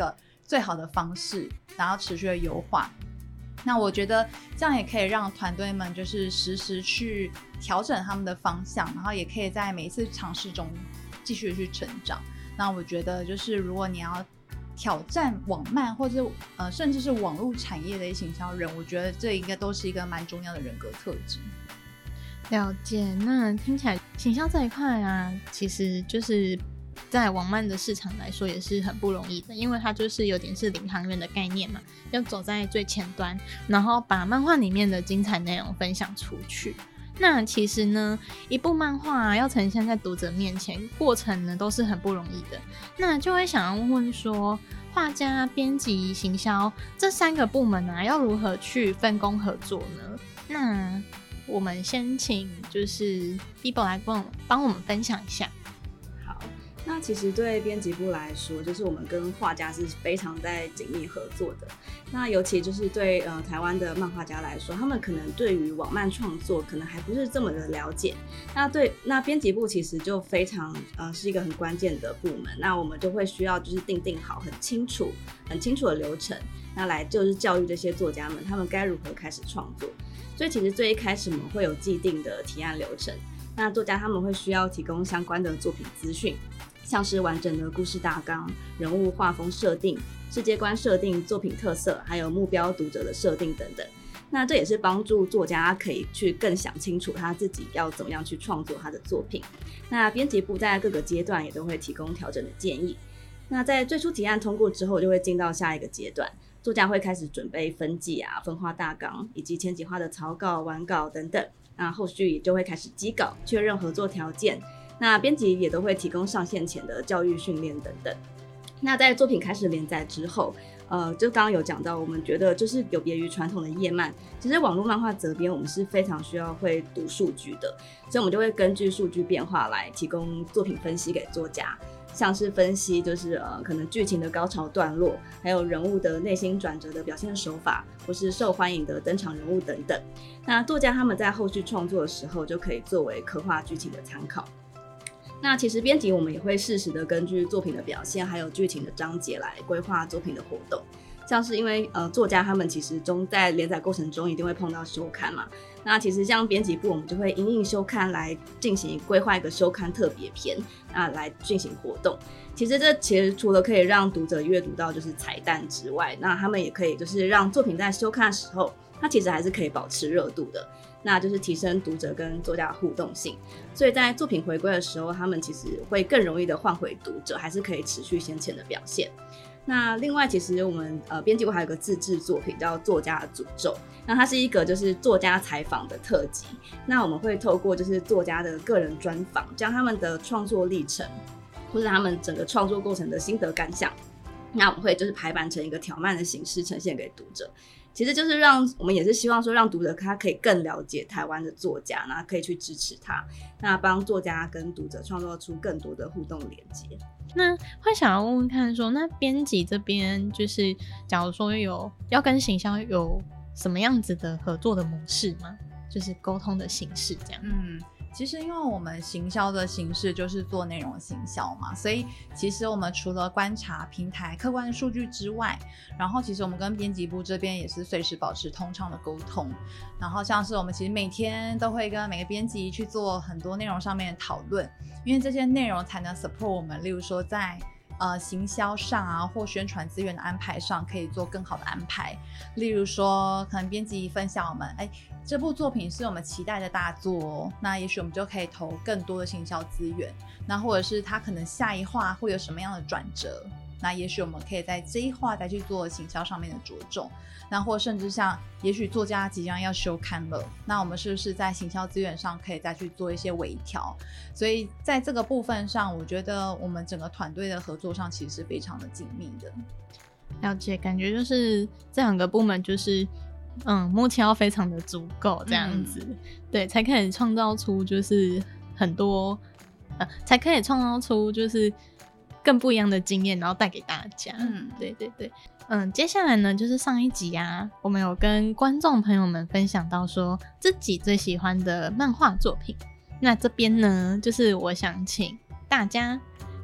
最好的方式，然后持续的优化。那我觉得这样也可以让团队们就是实时去调整他们的方向，然后也可以在每一次尝试中继续去成长。那我觉得就是如果你要挑战网漫或者呃甚至是网络产业的行销人，我觉得这应该都是一个蛮重要的人格特质。 了解，那听起来行销这一块啊，其实就是在网漫的市场来说也是很不容易的，因为它就是有点是领航员的概念嘛，要走在最前端，然后把漫画里面的精彩内容分享出去。那其实呢，一部漫画、啊、要呈现在读者面前，过程呢都是很不容易的。那就会想要问说，画家、编辑、行销这三个部门啊，要如何去分工合作呢？那我们先请就是 Bibo 来帮帮我们分享一下。 好，那其实对编辑部来说，就是我们跟画家是非常在紧密合作的。那尤其就是对呃台湾的漫画家来说，他们可能对于网漫创作可能还不是这么的了解。那对那编辑部其实就非常呃是一个很关键的部门。那我们就会需要就是定定好很清楚很清楚的流程，那来就是教育这些作家们他们该如何开始创作。所以其实最一开始我们会有既定的提案流程，那作家他们会需要提供相关的作品资讯，像是完整的故事大纲、人物画风设定、世界观设定、作品特色，还有目标读者的设定等等。那这也是帮助作家可以去更想清楚他自己要怎么样去创作他的作品。那编辑部在各个阶段也都会提供调整的建议。那在最初提案通过之后，就会进到下一个阶段。作家会开始准备分季啊、分化大纲以及前几话的草稿、完稿等等。那后续也就会开始基稿、确认合作条件。那编辑也都会提供上线前的教育训练等等。那在作品开始连载之后，呃，就刚刚有讲到，我们觉得就是有别于传统的页漫，其实网络漫画责编我们是非常需要会读数据的，所以我们就会根据数据变化来提供作品分析给作家。像是分析就是呃可能剧情的高潮段落，还有人物的内心转折的表现手法，或是受欢迎的登场人物等等。那作家他们在后续创作的时候，就可以作为刻画剧情的参考。那其实编辑我们也会适时的根据作品的表现，还有剧情的章节来规划作品的活动。像是因为呃作家他们其实中在连载过程中一定会碰到休刊嘛，那其实像编辑部我们就会因应休刊来进行规划一个休刊特别篇，那来进行活动。其实这其实除了可以让读者阅读到就是彩蛋之外，那他们也可以就是让作品在休刊的时候，它其实还是可以保持热度的，那就是提升读者跟作家的互动性。所以在作品回归的时候，他们其实会更容易的换回读者，还是可以持续先前的表现。那另外其实我们呃编辑部还有个自制作品叫作家的诅咒，那它是一个就是作家采访的特辑。那我们会透过就是作家的个人专访，将他们的创作历程或是他们整个创作过程的心得感想，那我们会就是排版成一个条漫的形式呈现给读者。其实就是让我们也是希望说让读者他可以更了解台湾的作家，那可以去支持他，那帮作家跟读者创造出更多的互动连接。 那会想要问问看说，那编辑这边就是假如说有要跟行销有什么样子的合作的模式吗？就是沟通的形式这样。 嗯，其实因为我们行销的形式就是做内容行销嘛，所以其实我们除了观察平台客观的数据之外，然后其实我们跟编辑部这边也是随时保持通畅的沟通。然后像是我们其实每天都会跟每个编辑去做很多内容上面的讨论，因为这些内容才能 support 我们，例如说在呃行销上啊，或宣传资源的安排上可以做更好的安排。例如说可能编辑分享我们哎这部作品是我们期待的大作哦，那也许我们就可以投更多的行销资源，那或者是他可能下一话会有什么样的转折，那也许我们可以在这一话再去做行销上面的着重，那或甚至像也许作家即将要休刊了，那我们是不是在行销资源上可以再去做一些微调。所以在这个部分上，我觉得我们整个团队的合作上其实是非常的紧密的。 了解，感觉就是这两个部门就是嗯，默契要非常的足够这样子、嗯、对，才可以创造出就是很多呃，才可以创造出就是更不一样的经验，然后带给大家。嗯，对对对。嗯，接下来呢，就是上一集啊，我们有跟观众朋友们分享到说自己最喜欢的漫画作品。那这边呢，就是我想请大家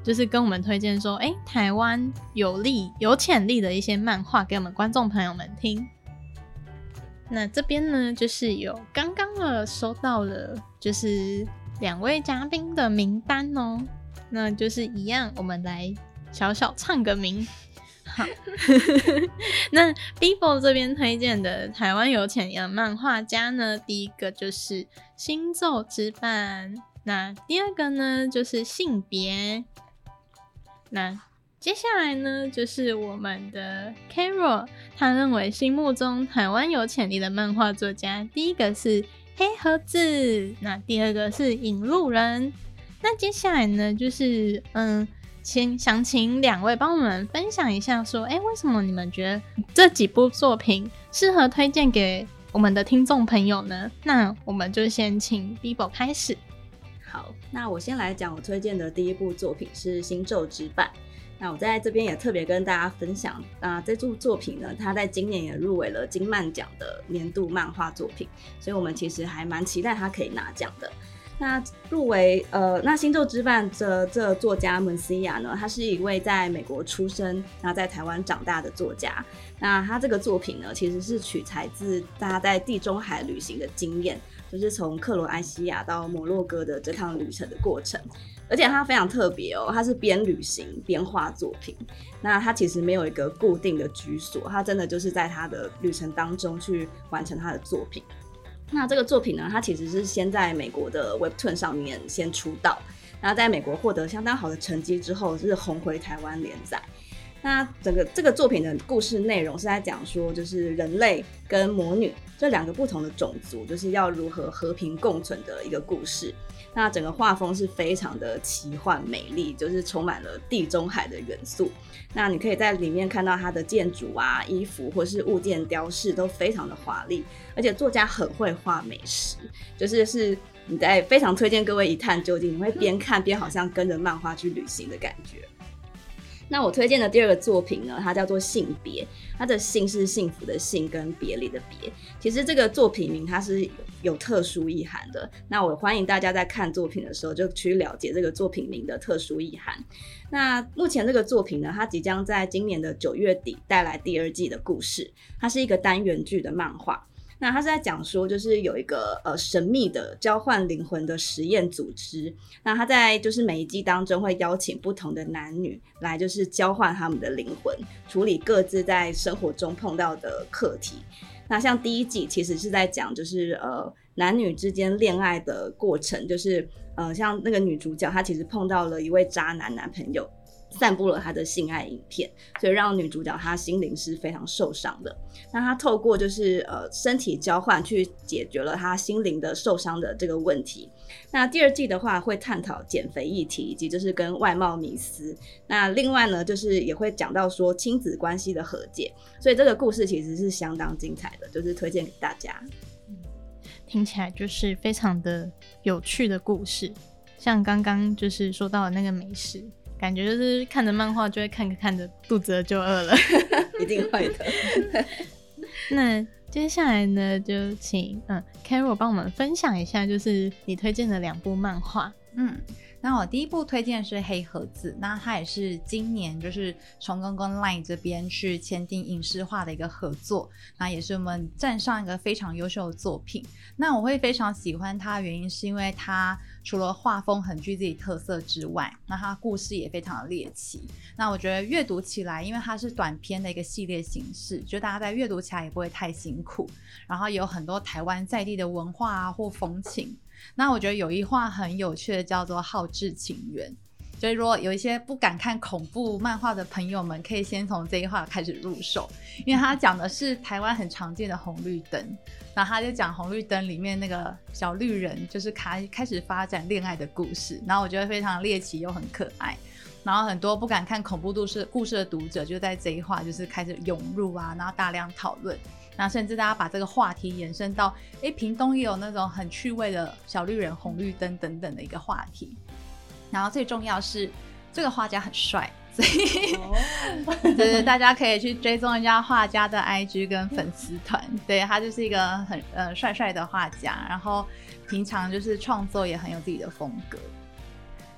就是跟我们推荐说，哎，台湾有力有潜力的一些漫画给我们观众朋友们听。那这边呢，就是有刚刚了收到了，就是两位嘉宾的名单哦。那就是一样，我们来小小唱个名。好，那 Bibo 这边推荐的台湾有潜力的漫画家呢，第一个就是星奏之伴，那第二个呢就是性别，那接下来呢就是我们的 Carol， 他认为心目中台湾有潜力的漫画作家，第一个是黑盒子，那第二个是引路人。那接下来呢就是嗯。请想请两位帮我们分享一下说，哎，为什么你们觉得这几部作品适合推荐给我们的听众朋友呢？那我们就先请 Bibo 开始。 好，那我先来讲我推荐的第一部作品是《星奏之伴》。那我在这边也特别跟大家分享，啊，这部作品呢，它在今年也入围了金漫奖的年度漫画作品，所以我们其实还蛮期待它可以拿奖的。那入围呃，那《星奏之伴》这这作家门西亚呢，他是一位在美国出生，然后在台湾长大的作家。那他这个作品呢，其实是取材自大家在地中海旅行的经验，就是从克罗埃西亚到摩洛哥的这趟旅程的过程。而且它非常特别哦，它是边旅行边画作品。那它其实没有一个固定的居所，它真的就是在他的旅程当中去完成他的作品。那这个作品呢，它其实是先在美国的 Webtoon 上面先出道，然后在美国获得相当好的成绩之后，是红回台湾连载。那整个这个作品的故事内容是在讲说，就是人类跟魔女这两个不同的种族，就是要如何和平共存的一个故事。那整个画风是非常的奇幻美丽，就是充满了地中海的元素。那你可以在里面看到它的建筑啊、衣服或是物件雕饰都非常的华丽，而且作家很会画美食，就是是你在非常推荐各位一探究竟，你会边看边好像跟着漫画去旅行的感觉。那我推荐的第二个作品呢，它叫做性别，它的性是幸福的幸跟别离的别。其实这个作品名它是有特殊意涵的，那我欢迎大家在看作品的时候就去了解这个作品名的特殊意涵。那目前这个作品呢，它即将在今年的九月底带来第二季的故事，它是一个单元剧的漫画。那他是在讲说，就是有一个呃神秘的交换灵魂的实验组织，那他在就是每一季当中会邀请不同的男女来就是交换他们的灵魂，处理各自在生活中碰到的课题。那像第一季其实是在讲就是呃男女之间恋爱的过程，就是呃像那个女主角她其实碰到了一位渣男男朋友，散布了他的性爱影片，所以让女主角她心灵是非常受伤的。那她透过就是呃身体交换去解决了她心灵的受伤的这个问题。那第二季的话会探讨减肥议题，以及就是跟外貌迷思。那另外呢，就是也会讲到说亲子关系的和解。所以这个故事其实是相当精彩的，就是推荐给大家。 听起来就是非常的有趣的故事，像刚刚就是说到的那个美食。感觉就是看着漫画就会看着看着肚子就饿了一定会的那接下来呢就请嗯 Carol 帮我们分享一下就是你推荐的两部漫画。 嗯，那我第一部推荐是黑盒子，那它也是今年就是重庚跟 Line 这边去签订影视化的一个合作，那也是我们站上一个非常优秀的作品。那我会非常喜欢它的原因是因为它除了画风很具自己特色之外，那它故事也非常的猎奇。那我觉得阅读起来，因为它是短篇的一个系列形式，就大家在阅读起来也不会太辛苦，然后也有很多台湾在地的文化啊或风情。那我觉得有一话很有趣的叫做好志情缘，所以如果有一些不敢看恐怖漫画的朋友们可以先从这一话开始入手，因为它讲的是台湾很常见的红绿灯，然后他就讲红绿灯里面那个小绿人就是开开始发展恋爱的故事，然后我觉得非常猎奇又很可爱，然后很多不敢看恐怖故事故事的读者就在这一话就是开始涌入啊，然后大量讨论，那甚至大家把这个话题延伸到诶屏东也有那种很趣味的小绿人红绿灯等等的一个话题。然后最重要是这个画家很帅，所以、oh. 就是大家可以去追踪一下画家的 I G 跟粉丝团，对，他就是一个很呃帅帅的画家，然后平常就是创作也很有自己的风格。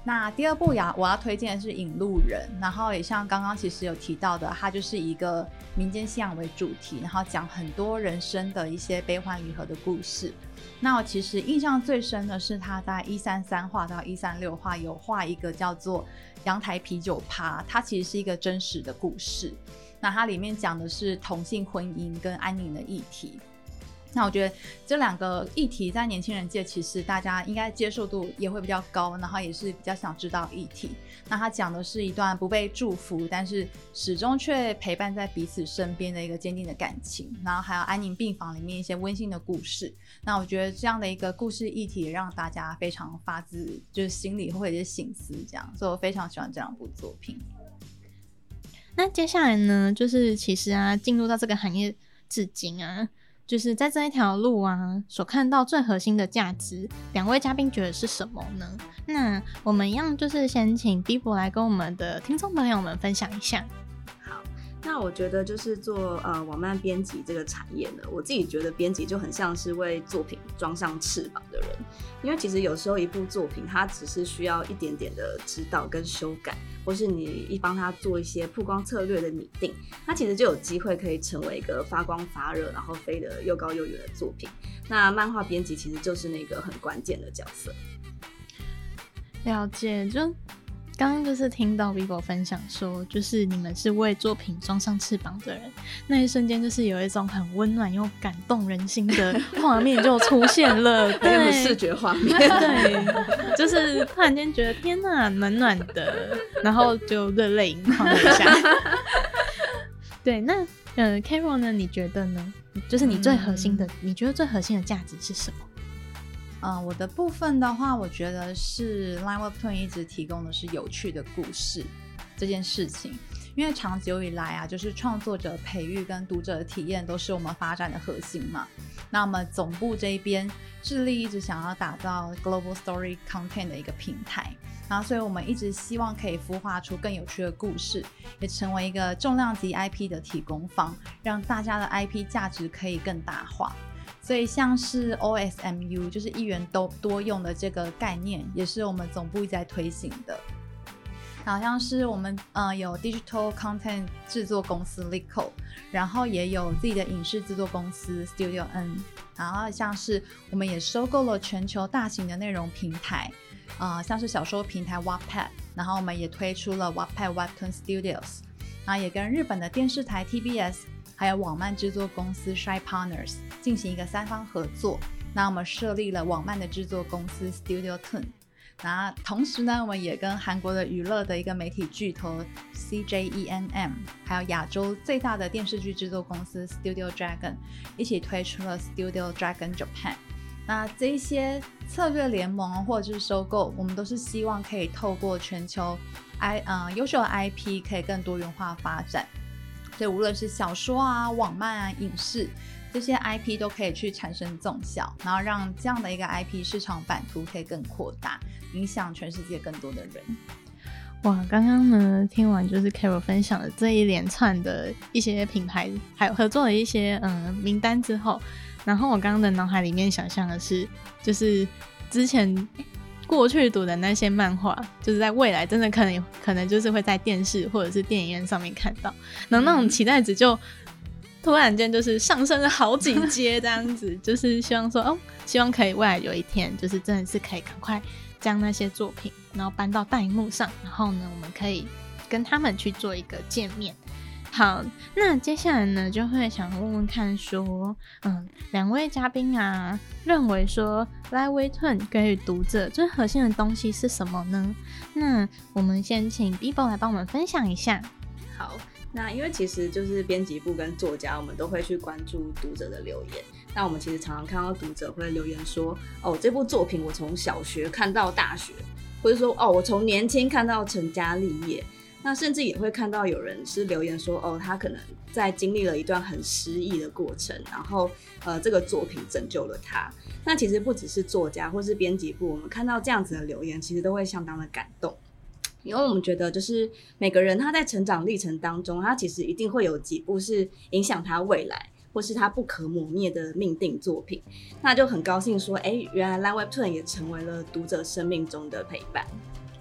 那第二部呀，我要推荐的是《引路人》，然后也像刚刚其实有提到的，它就是一个民间信仰为主题，然后讲很多人生的一些悲欢离合的故事。那我其实印象最深的是他在一三三画到一三六画有画一个叫做阳台啤酒趴，它其实是一个真实的故事。那它里面讲的是同性婚姻跟安宁的议题。那我觉得这两个议题在年轻人界其实大家应该接受度也会比较高，然后也是比较想知道议题。那他讲的是一段不被祝福但是始终却陪伴在彼此身边的一个坚定的感情，然后还有安宁病房里面一些温馨的故事。那我觉得这样的一个故事议题也让大家非常发自就是心里或者是省思这样，所以我非常喜欢这两部作品。 那接下来呢，就是其实啊进入到这个行业至今啊，就是在这一条路啊所看到最核心的价值，两位嘉宾觉得是什么呢？那我们一样就是先请 Bibo 来跟我们的听众朋友们分享一下。 好，那我觉得就是做呃网漫编辑这个产业呢，我自己觉得编辑就很像是为作品装上翅膀的人，因为其实有时候一部作品它只是需要一点点的指导跟修改，或是你一帮他做一些曝光策略的拟定，他其实就有机会可以成为一个发光发热然后飞得又高又远的作品。那漫画编辑其实就是那个很关键的角色。 了解，就刚刚就是听到 Bibo 分享说，就是你们是为作品装上翅膀的人，那一瞬间就是有一种很温暖又感动人心的画面就出现了，对， 视觉画面， 对，就是突然间觉得天哪，暖暖的，然后就热泪盈眶了一下。对，那呃 Carol 呢？你觉得呢？就是你最核心的，嗯、你觉得最核心的价值是什么？ 呃，我的部分的话，我觉得是 Line Webtoon 一直提供的是有趣的故事这件事情，因为长久以来啊，就是创作者培育跟读者的体验都是我们发展的核心嘛。那么总部这一边致力一直想要打造 Global Story Content 的一个平台，然后所以我们一直希望可以孵化出更有趣的故事，也成为一个重量级 I P 的提供方，让大家的 I P 价值可以更大化。所以像是 O S M U 就是一元多多用的这个概念，也是我们总部一直在推行的。好像是我们呃有 Digital Content 制作公司 Lico， 然后也有自己的影视制作公司 Studio N， 然后像是我们也收购了全球大型的内容平台，呃像是小说平台 Wattpad， 然后我们也推出了 Wattpad Webtoon Studios， 然后也跟日本的电视台 T B S 还有网漫制作公司 Shy Partners 进行一个三方合作，那我们设立了网漫的制作公司 Studio Toon。那同时呢，我们也跟韩国的娱乐的一个媒体巨头 C J E N M， 还有亚洲最大的电视剧制作公司 Studio Dragon 一起推出了 Studio Dragon Japan。那这一些策略联盟或者是收购，我们都是希望可以透过全球 I 呃优秀的 I P 可以更多元化发展。所以无论是小说啊、网漫啊、影视，这些 I P 都可以去产生纵效，然后让这样的一个 I P 市场版图可以更扩大，影响全世界更多的人。 哇，刚刚呢听完就是 Carol 分享的这一连串的一些品牌还有合作的一些嗯名单之后，然后我刚刚的脑海里面想象的是，就是之前过去读的那些漫画，就是在未来真的可能可能就是会在电视或者是电影院上面看到，然后那种期待值就突然间就是上升了好几阶这样子，就是希望说哦，希望可以未来有一天就是真的是可以赶快将那些作品然后搬到大荧幕上，然后呢我们可以跟他们去做一个见面。好，那接下来呢就会想问问看说嗯，两位嘉宾啊认为说 Line Webtoon 给予读者最核心的东西是什么呢？那我们先请 Bibo 来帮我们分享一下。 好，那因为其实就是编辑部跟作家，我们都会去关注读者的留言。那我们其实常常看到读者会留言说，哦，这部作品我从小学看到大学，或者说，哦，我从年轻看到成家立业。那甚至也会看到有人是留言说，哦，他可能在经历了一段很失意的过程，然后呃，这个作品拯救了他。那其实不只是作家或是编辑部，我们看到这样子的留言，其实都会相当的感动。因为我们觉得就是每个人他在成长历程当中，他其实一定会有几部是影响他未来或是他不可磨灭的命定作品，那就很高兴说，哎，原来 Line Webtoon 也成为了读者生命中的陪伴。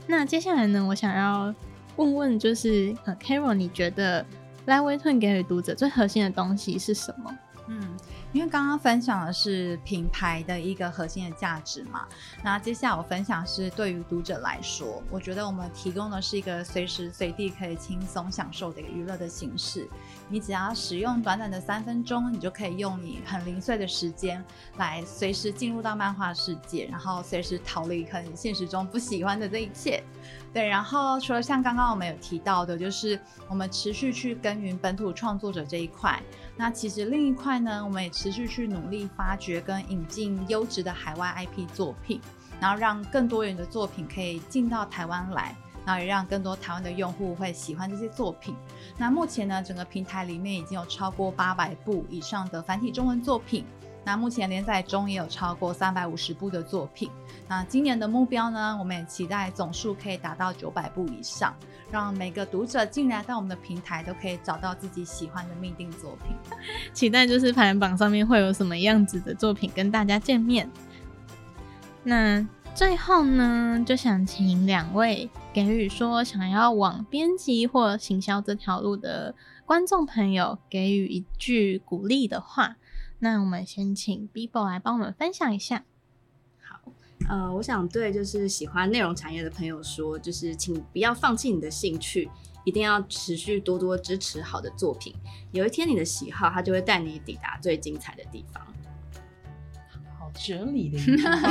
那接下来呢，我想要问问，就是呃 Carol， 你觉得 Light Webtoon 给予读者最核心的东西是什么？ 嗯，因为刚刚分享的是品牌的一个核心的价值嘛，那接下来我分享是对于读者来说，我觉得我们提供的是一个随时随地可以轻松享受的一个娱乐的形式。你只要使用短短的三分钟，你就可以用你很零碎的时间来随时进入到漫画世界，然后随时逃离可能现实中不喜欢的这一切。对，然后除了像刚刚我们有提到的，就是我们持续去耕耘本土创作者这一块，那其实另一块呢，我们也持续去努力发掘跟引进优质的海外 I P 作品，然后让更多元的作品可以进到台湾来，然后也让更多台湾的用户会喜欢这些作品。那目前呢，整个平台里面已经有超过八百部以上的繁体中文作品，那目前连载中也有超过三百五十部的作品。那今年的目标呢，我们也期待总数可以达到九百部以上，让每个读者进来到我们的平台都可以找到自己喜欢的命定作品。 期待就是排行榜上面会有什么样子的作品跟大家见面。那最后呢，就想请两位给予说想要往编辑或行销这条路的观众朋友给予一句鼓励的话。那我们先请 Bibo 来帮我们分享一下。 好，呃，我想对就是喜欢内容产业的朋友说，就是请不要放弃你的兴趣，一定要持续多多支持好的作品。有一天你的喜好，它就会带你抵达最精彩的地方。 好哲理的一句话。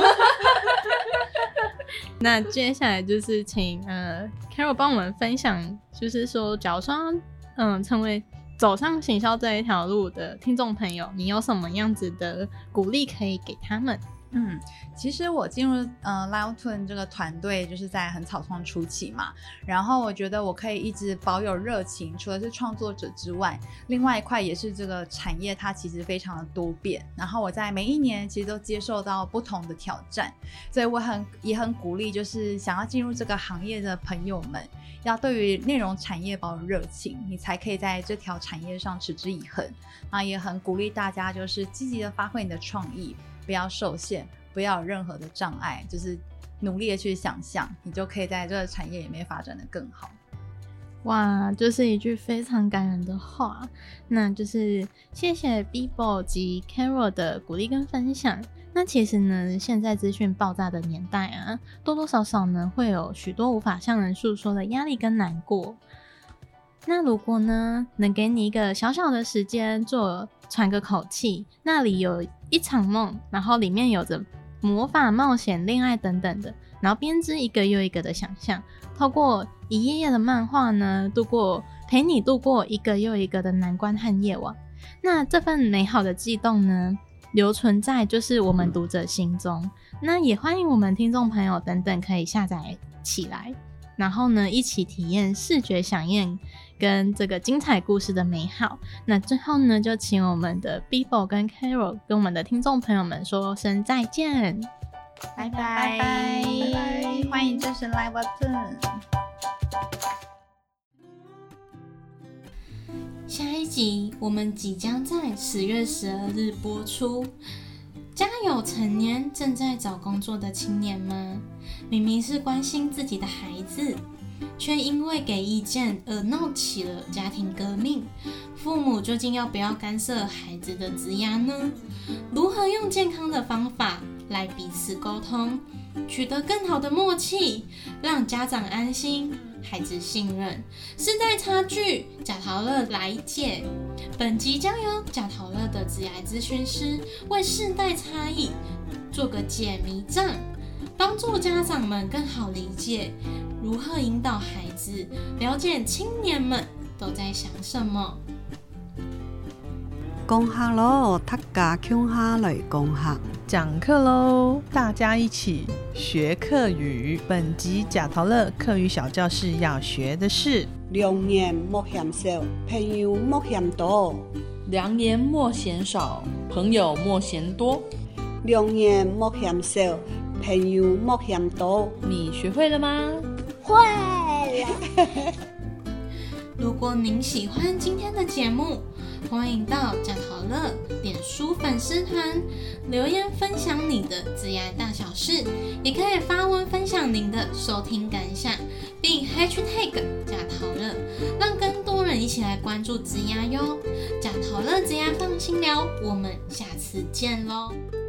那接下来就是请呃 Carol 帮我们分享，就是说，假如说嗯、呃、成为走上行销这一条路的听众朋友，你有什么样子的鼓励可以给他们？ 嗯，其实我进入呃 Light Webtoon 这个团队就是在很草创初期嘛，然后我觉得我可以一直保有热情，除了是创作者之外，另外一块也是这个产业它其实非常的多变，然后我在每一年其实都接受到不同的挑战，所以我很也很鼓励就是想要进入这个行业的朋友们，要对于内容产业保有热情，你才可以在这条产业上持之以恒。那也很鼓励大家就是积极的发挥你的创意，不要受限，不要有任何的障碍，就是努力的去想象，你就可以在这个产业里面发展的更好。 哇，就是一句非常感人的话。那就是谢谢 Bibo 及 Carol 的鼓励跟分享。那其实呢，现在资讯爆炸的年代啊，多多少少呢会有许多无法向人诉说的压力跟难过。那如果呢能给你一个小小的时间做喘个口气，那里有一场梦，然后里面有着魔法、冒险、恋爱等等的，然后编织一个又一个的想象，透过一页页的漫画呢，度过陪你度过一个又一个的难关和夜晚。那这份美好的悸动呢，留存在就是我们读者心中。那也欢迎我们听众朋友等等可以下载起来，然后呢一起体验视觉飨宴跟这个精彩故事的美好。那最后呢，就请我们的 Bibo 跟 Carol 跟我们的听众朋友们说声再见， 拜拜拜拜，欢迎支持 Light Webtoon。 下一集我们即将在十月十二日播出。家有成年正在找工作的青年们，明明是关心自己的孩子，却因为给意见而闹起了家庭革命。父母究竟要不要干涉孩子的职涯呢？如何用健康的方法来彼此沟通，取得更好的默契，让家长安心，孩子信任？世代差距，贾陶乐来解。本集将由贾陶乐的职涯咨询师为世代差异做个解谜账，帮助家长们更好理解如何引导孩子了解青年们都在想什么。 講下咯，大家共下來講下。 講課嘍，大家一起學課語。本集贾陶樂課語小教室要學的是： 良言莫嫌少，朋友莫嫌多。 良言莫嫌少，朋友莫嫌多。 良言莫嫌少，朋友莫嫌多。 你學會了嗎？ 會了。 如果您喜歡今天的節目， 欢迎到贾陶乐脸书粉丝团留言分享你的职涯大小事，也可以发文分享您的收听感想，并 hashtag 贾陶乐，让更多人一起来关注职涯哟。贾陶乐职涯放心聊，我们下次见喽。